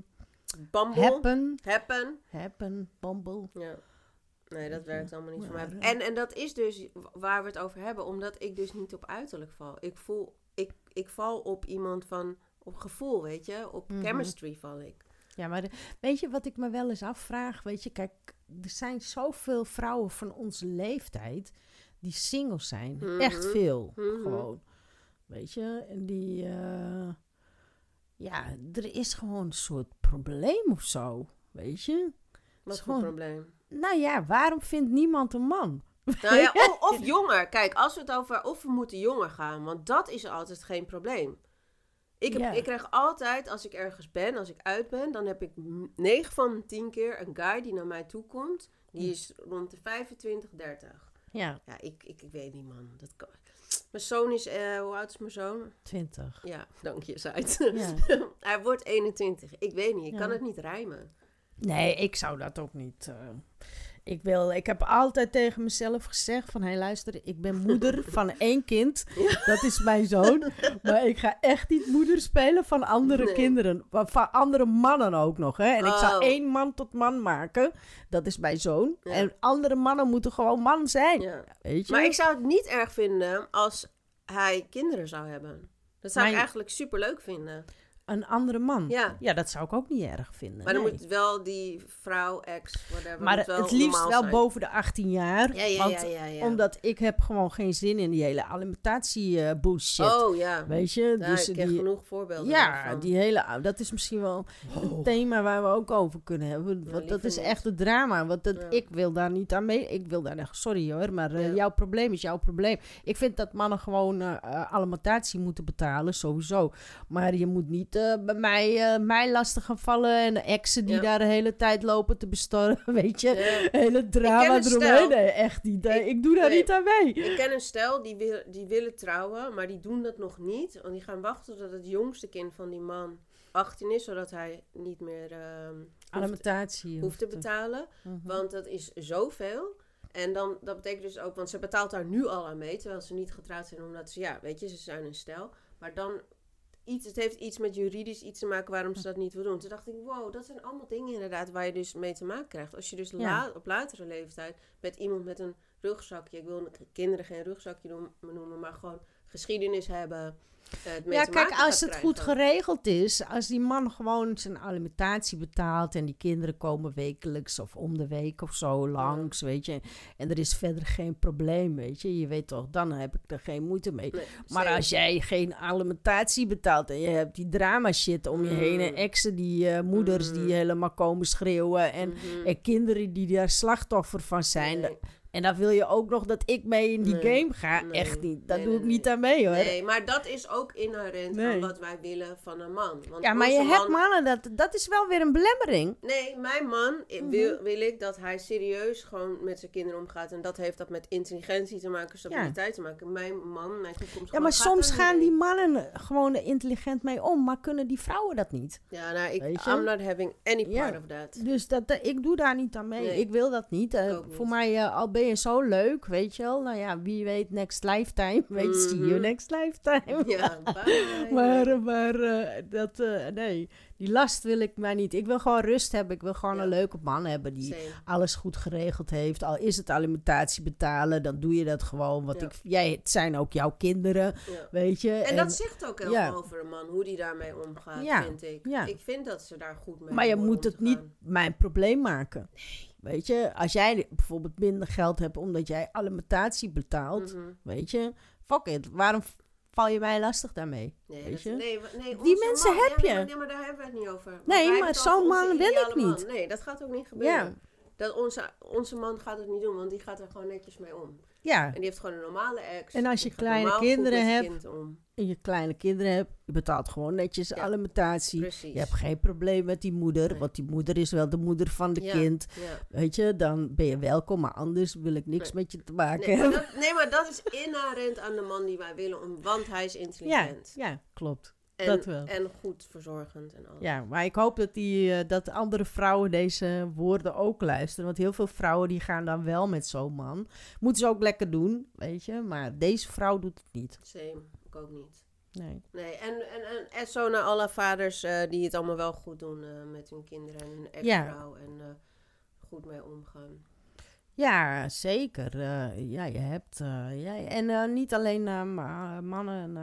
Bumble. Happen, Bumble. Ja. Nee, dat werkt allemaal niet voor mij. En dat is dus waar we het over hebben. Omdat ik dus niet op uiterlijk val. Ik val op iemand op gevoel, weet je. Op chemistry val ik. Ja, maar weet je wat ik me wel eens afvraag? Weet je, kijk, er zijn zoveel vrouwen van onze leeftijd die single zijn. Echt veel, gewoon. Weet je, en die... er is gewoon een soort probleem of zo, weet je. Wat voor probleem? Nou ja, waarom vindt niemand een man? Nou ja, of jonger. Kijk, als we het over of we moeten jonger gaan, want dat is altijd geen probleem. Ik krijg altijd, als ik ergens ben, als ik uit ben, dan heb ik 9 van de 10 keer een guy die naar mij toe komt. Die is rond de 25, 30. Ja. Ja, ik weet niet, man. Dat kan. Mijn zoon is, hoe oud is mijn zoon? 20. Ja, dank je, Zuid. Ja. Hij wordt 21. Ik weet niet, ik kan het niet rijmen. Nee, ik zou dat ook niet. Ik heb altijd tegen mezelf gezegd van, luister, ik ben moeder van 1 kind. Ja. Dat is mijn zoon. Maar ik ga echt niet moeder spelen van andere kinderen. Van andere mannen ook nog. Hè? En ik zou 1 man tot man maken. Dat is mijn zoon. Ja. En andere mannen moeten gewoon man zijn. Ja. Weet je? Maar ik zou het niet erg vinden als hij kinderen zou hebben. Dat zou ik eigenlijk superleuk vinden. Een andere man. Ja, dat zou ik ook niet erg vinden. Maar dan moet wel die vrouw, ex, whatever. Maar het liefst wel boven de 18 jaar. Ja. Omdat ik heb gewoon geen zin in die hele alimentatie bullshit. Oh ja. Weet je? Ja, dus ik heb genoeg voorbeelden daarvan. Die hele... Dat is misschien wel een thema waar we ook over kunnen hebben. Want dat is echt het drama. Want ik wil daar niet aan mee... Ik wil daar... Sorry hoor, maar jouw probleem is jouw probleem. Ik vind dat mannen gewoon alimentatie moeten betalen, sowieso. Maar je moet niet bij mij lastig gaan vallen. En de exen die daar de hele tijd lopen te bestormen. Weet je? Hele drama eromheen. Nee, echt niet. Ik doe daar niet aan mee. Ik ken een stel die willen trouwen, maar die doen dat nog niet. Want die gaan wachten tot het jongste kind van die man 18 is, zodat hij niet meer alimentatie hoeft te betalen. Want dat is zoveel. En dan, dat betekent dus ook, want ze betaalt daar nu al aan mee, terwijl ze niet getrouwd zijn, omdat ze, ze zijn een stel. Maar dan... Het heeft iets met juridisch iets te maken waarom ze dat niet wil doen. Toen dacht ik, wow, dat zijn allemaal dingen inderdaad waar je dus mee te maken krijgt. Als je dus op latere leeftijd met iemand met een rugzakje... Ik wil kinderen geen rugzakje noemen, maar gewoon geschiedenis hebben. Ja, kijk, als het goed geregeld is, als die man gewoon zijn alimentatie betaalt en die kinderen komen wekelijks of om de week of zo langs, weet je, en er is verder geen probleem, weet je weet toch, dan heb ik er geen moeite mee. Nee, maar als jij geen alimentatie betaalt en je hebt die drama shit om je heen en exen, die moeders die helemaal komen schreeuwen en kinderen die daar slachtoffer van zijn... Nee. En dan wil je ook nog dat ik mee in die game ga. Nee, echt niet. Dat doe ik niet aan mee, hoor. Nee, maar dat is ook inherent aan wat wij willen van een man. Want ja, maar je hebt mannen, dat is wel weer een belemmering. Nee, mijn man wil ik dat hij serieus gewoon met zijn kinderen omgaat. En dat heeft dat met intelligentie te maken, stabiliteit te maken. Mijn toekomst. Ja, maar soms gaan die mannen gewoon er intelligent mee om. Maar kunnen die vrouwen dat niet? Ja, nou, I'm not having any part of that. Dus ik doe daar niet aan mee. Nee. Ik wil dat niet. Voor mij al ben je zo leuk, weet je wel. Nou ja, wie weet next lifetime. See you next lifetime. Ja, bye. maar nee, die last wil ik mij niet. Ik wil gewoon rust hebben. Ik wil gewoon een leuke man hebben die alles goed geregeld heeft. Al is het alimentatie betalen, dan doe je dat gewoon. Want het zijn ook jouw kinderen, weet je. En dat zegt ook heel veel over een man, hoe die daarmee omgaat, vind ik. Ja. Ik vind dat ze daar goed mee maar je moet het niet mijn probleem maken. Nee. Weet je, als jij bijvoorbeeld minder geld hebt omdat jij alimentatie betaalt, weet je, fuck it, waarom val je mij lastig daarmee? Nee, weet je? Nee, die mensen heb je. Nee, maar daar hebben we het niet over. Nee, maar zo'n man wil ik niet. Nee, dat gaat ook niet gebeuren. Ja. Dat onze man gaat het niet doen, want die gaat er gewoon netjes mee om. Ja. En die heeft gewoon een normale ex. En als je kleine kinderen hebt, je betaalt gewoon netjes alimentatie. Precies. Je hebt geen probleem met die moeder, want die moeder is wel de moeder van de kind. Ja. Weet je, dan ben je welkom, maar anders wil ik niks met je te maken hebben. Maar dat is inherent aan de man die wij willen, want hij is intelligent. Ja, klopt. Dat wel. En goed verzorgend en alles. Ja, maar ik hoop dat andere vrouwen deze woorden ook luisteren. Want heel veel vrouwen die gaan dan wel met zo'n man. Moeten ze ook lekker doen, weet je. Maar deze vrouw doet het niet. Same, ik ook niet. Nee. En zo naar alle vaders die het allemaal wel goed doen met hun kinderen en hun ex-vrouw. En goed mee omgaan. Ja, zeker. Je hebt... en niet alleen mannen...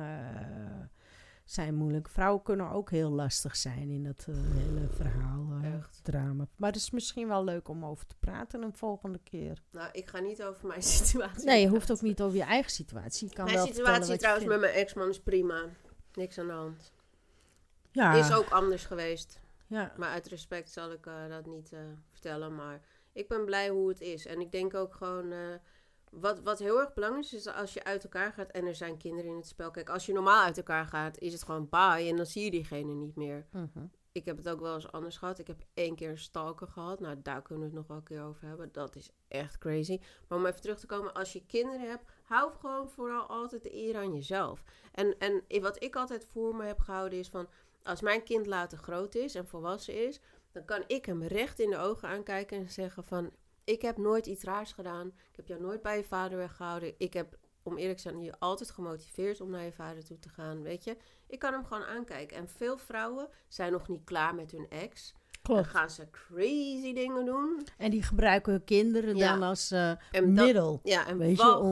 zijn moeilijk. Vrouwen kunnen ook heel lastig zijn in dat hele verhaal, drama. Maar het is misschien wel leuk om over te praten een volgende keer. Nou, ik ga niet over mijn situatie. Nee, je hoeft ook niet over je eigen situatie. Je kan mijn wel situatie trouwens met mijn ex-man is prima. Niks aan de hand. Ja. Is ook anders geweest. Ja. Maar uit respect zal ik dat niet vertellen. Maar ik ben blij hoe het is. En ik denk ook gewoon... Wat heel erg belangrijk is als je uit elkaar gaat en er zijn kinderen in het spel. Kijk, als je normaal uit elkaar gaat, is het gewoon bye en dan zie je diegene niet meer. Ik heb het ook wel eens anders gehad. Ik heb 1 keer een stalker gehad. Nou, daar kunnen we het nog wel een keer over hebben. Dat is echt crazy. Maar om even terug te komen, als je kinderen hebt, hou gewoon vooral altijd de eer aan jezelf. En wat ik altijd voor me heb gehouden is van, als mijn kind later groot is en volwassen is, dan kan ik hem recht in de ogen aankijken en zeggen van... Ik heb nooit iets raars gedaan. Ik heb jou nooit bij je vader weggehouden. Ik heb, om eerlijk te zijn, je altijd gemotiveerd om naar je vader toe te gaan, weet je. Ik kan hem gewoon aankijken. En veel vrouwen zijn nog niet klaar met hun ex. Klopt. Dan gaan ze crazy dingen doen. En die gebruiken hun kinderen dan als middel. Ja, en weet je,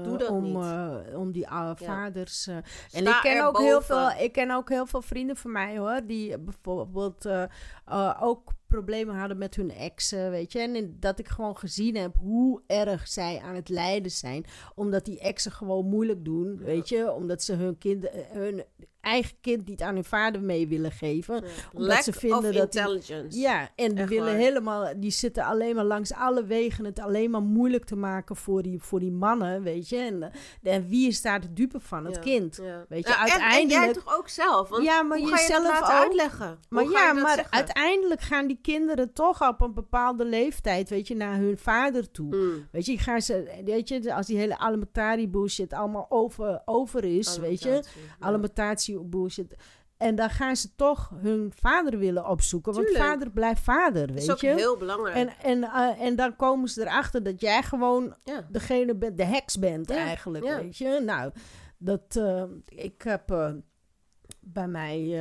om die vaders... en ik ken ook heel veel vrienden van mij, hoor, die bijvoorbeeld ook problemen hadden met hun exen, weet je. En dat ik gewoon gezien heb hoe erg zij aan het lijden zijn. Omdat die exen gewoon moeilijk doen, weet je. Omdat ze hun eigen kind niet aan hun vader mee willen geven. Ja. Omdat Lack ze vinden of dat intelligence. En die willen helemaal... Die zitten alleen maar langs alle wegen het alleen maar moeilijk te maken voor die mannen, weet je. En wie is daar de dupe van? Het kind. Ja. Weet je, uiteindelijk... En jij toch ook zelf? Want ja, maar hoe ga je het laten uitleggen? Maar uiteindelijk gaan die kinderen toch op een bepaalde leeftijd, weet je, naar hun vader toe. Weet je, als die hele alimentatie bullshit allemaal over is, weet je. Alimentatie bullshit. En dan gaan ze toch hun vader willen opzoeken. Want vader blijft vader, weet je. Dat is ook heel belangrijk. En dan komen ze erachter dat jij gewoon degene bent, de heks bent eigenlijk, weet je. Nou, ik heb bij mij...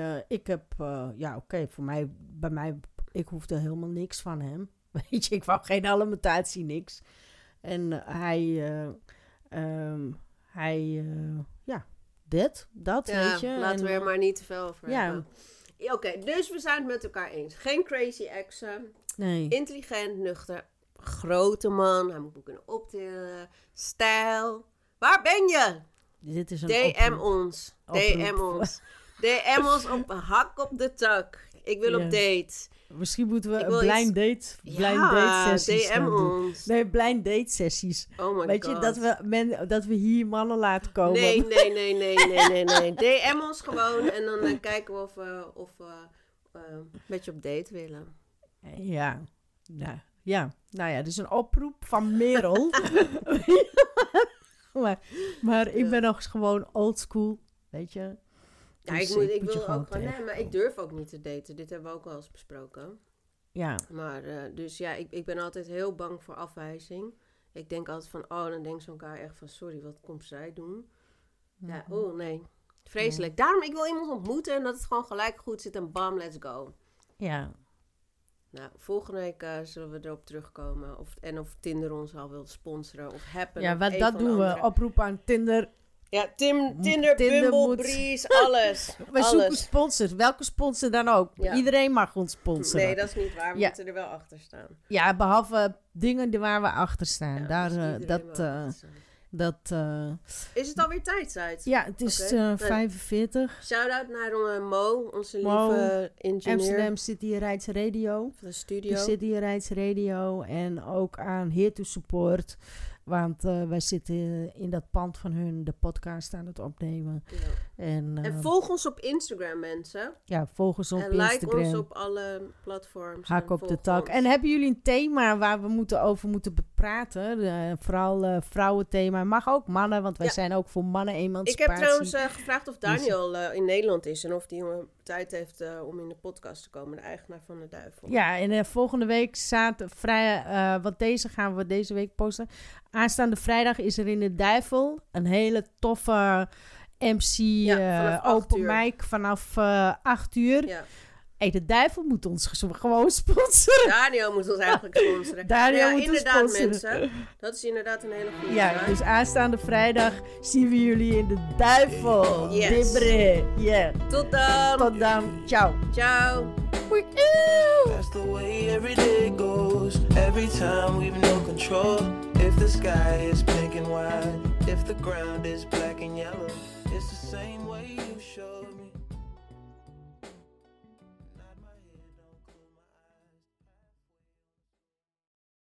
voor mij... Bij mij... Ik hoefde helemaal niks van hem. Weet je, ik wou geen alimentatie, niks. En dat, weet je. Laten we er maar niet te veel over hebben. Ja. Oké, dus we zijn het met elkaar eens. Geen crazy exen. Nee. Intelligent, nuchter, grote man. Hij moet me kunnen optillen. Stijl. Waar ben je? Dit is een DM oproep. ons. DM ons. DM ons op hak op de tak. Ik wil op date. Misschien moeten we Ik een wil blind date sessies DM gaan doen. ons. Nee, blind date sessies. Oh my Weet god. je, dat we hier mannen laten komen. Nee. DM ons gewoon en dan kijken we of we een beetje op date willen. Ja. Nou ja, dus een oproep van Merel. maar ik ben nog gewoon old school, weet je. Ja, Dus ik moet je wil ook gewoon... tegen. Nee, maar ik durf ook niet te daten. Dit hebben we ook al eens besproken. Ja. Maar dus ja, ik ben altijd heel bang voor afwijzing. Ik denk altijd van, dan denkt zo'n guy echt van... Sorry, wat komt zij doen? Ja, nee. Vreselijk. Daarom, ik wil iemand ontmoeten en dat het gewoon gelijk goed zit en bam, let's go. Ja. Nou, volgende week zullen we erop terugkomen. Of Tinder ons al wil sponsoren. Of Happen. Ja, of wat een dat van de doen we. andere. Oproep aan Tinder. Ja, Tinder, Bumble, moet- Breeze, alles. We zoeken sponsors. Welke sponsor dan ook. Ja. Iedereen mag ons sponsoren. Nee, dat is niet waar. We moeten er wel achter staan. Ja, behalve dingen waar we achter staan. Ja, Daar, dus iedereen dat... wel achter staan. Is het alweer tijd? Ja, het is Oké. 45. Shout-out naar Mo, onze Mo, lieve engineer Amsterdam City Rights Radio. van de studio. De City Rights Radio. En ook aan Here to Support. Want wij zitten in dat pand van hun de podcast aan het opnemen. Ja. En volg ons op Instagram, mensen. ja, volg ons op En Instagram. like ons op alle platforms. Hak en op de volg tak. ons. En hebben jullie een thema waar we over moeten praten? Vooral vrouwenthema. Mag ook mannen, want wij zijn ook voor mannen Ik emancipatie. heb trouwens gevraagd of Daniel in Nederland is. En of die jongen tijd heeft om in de podcast te komen. De eigenaar van de Duivel. Ja, en volgende week want deze gaan we deze week posten. Aanstaande vrijdag is er in de Duivel een hele toffe MC open mic vanaf 8 uur. Ja. Hey, de Duivel moet ons gewoon sponsoren. Daniel moet ons eigenlijk sponsoren. Daniel moet ons inderdaad, sponsoren. mensen. Dat is inderdaad een hele goede Ja, zaak. dus aanstaande vrijdag zien we jullie in de Duivel. Yes. Debre. Yeah. Tot dan. Tot dan. Ciao. Ciao. That's the way every day goes. Every time we've no control. If the sky is pink and white, if the ground is black and yellow, it's the same way you showed me.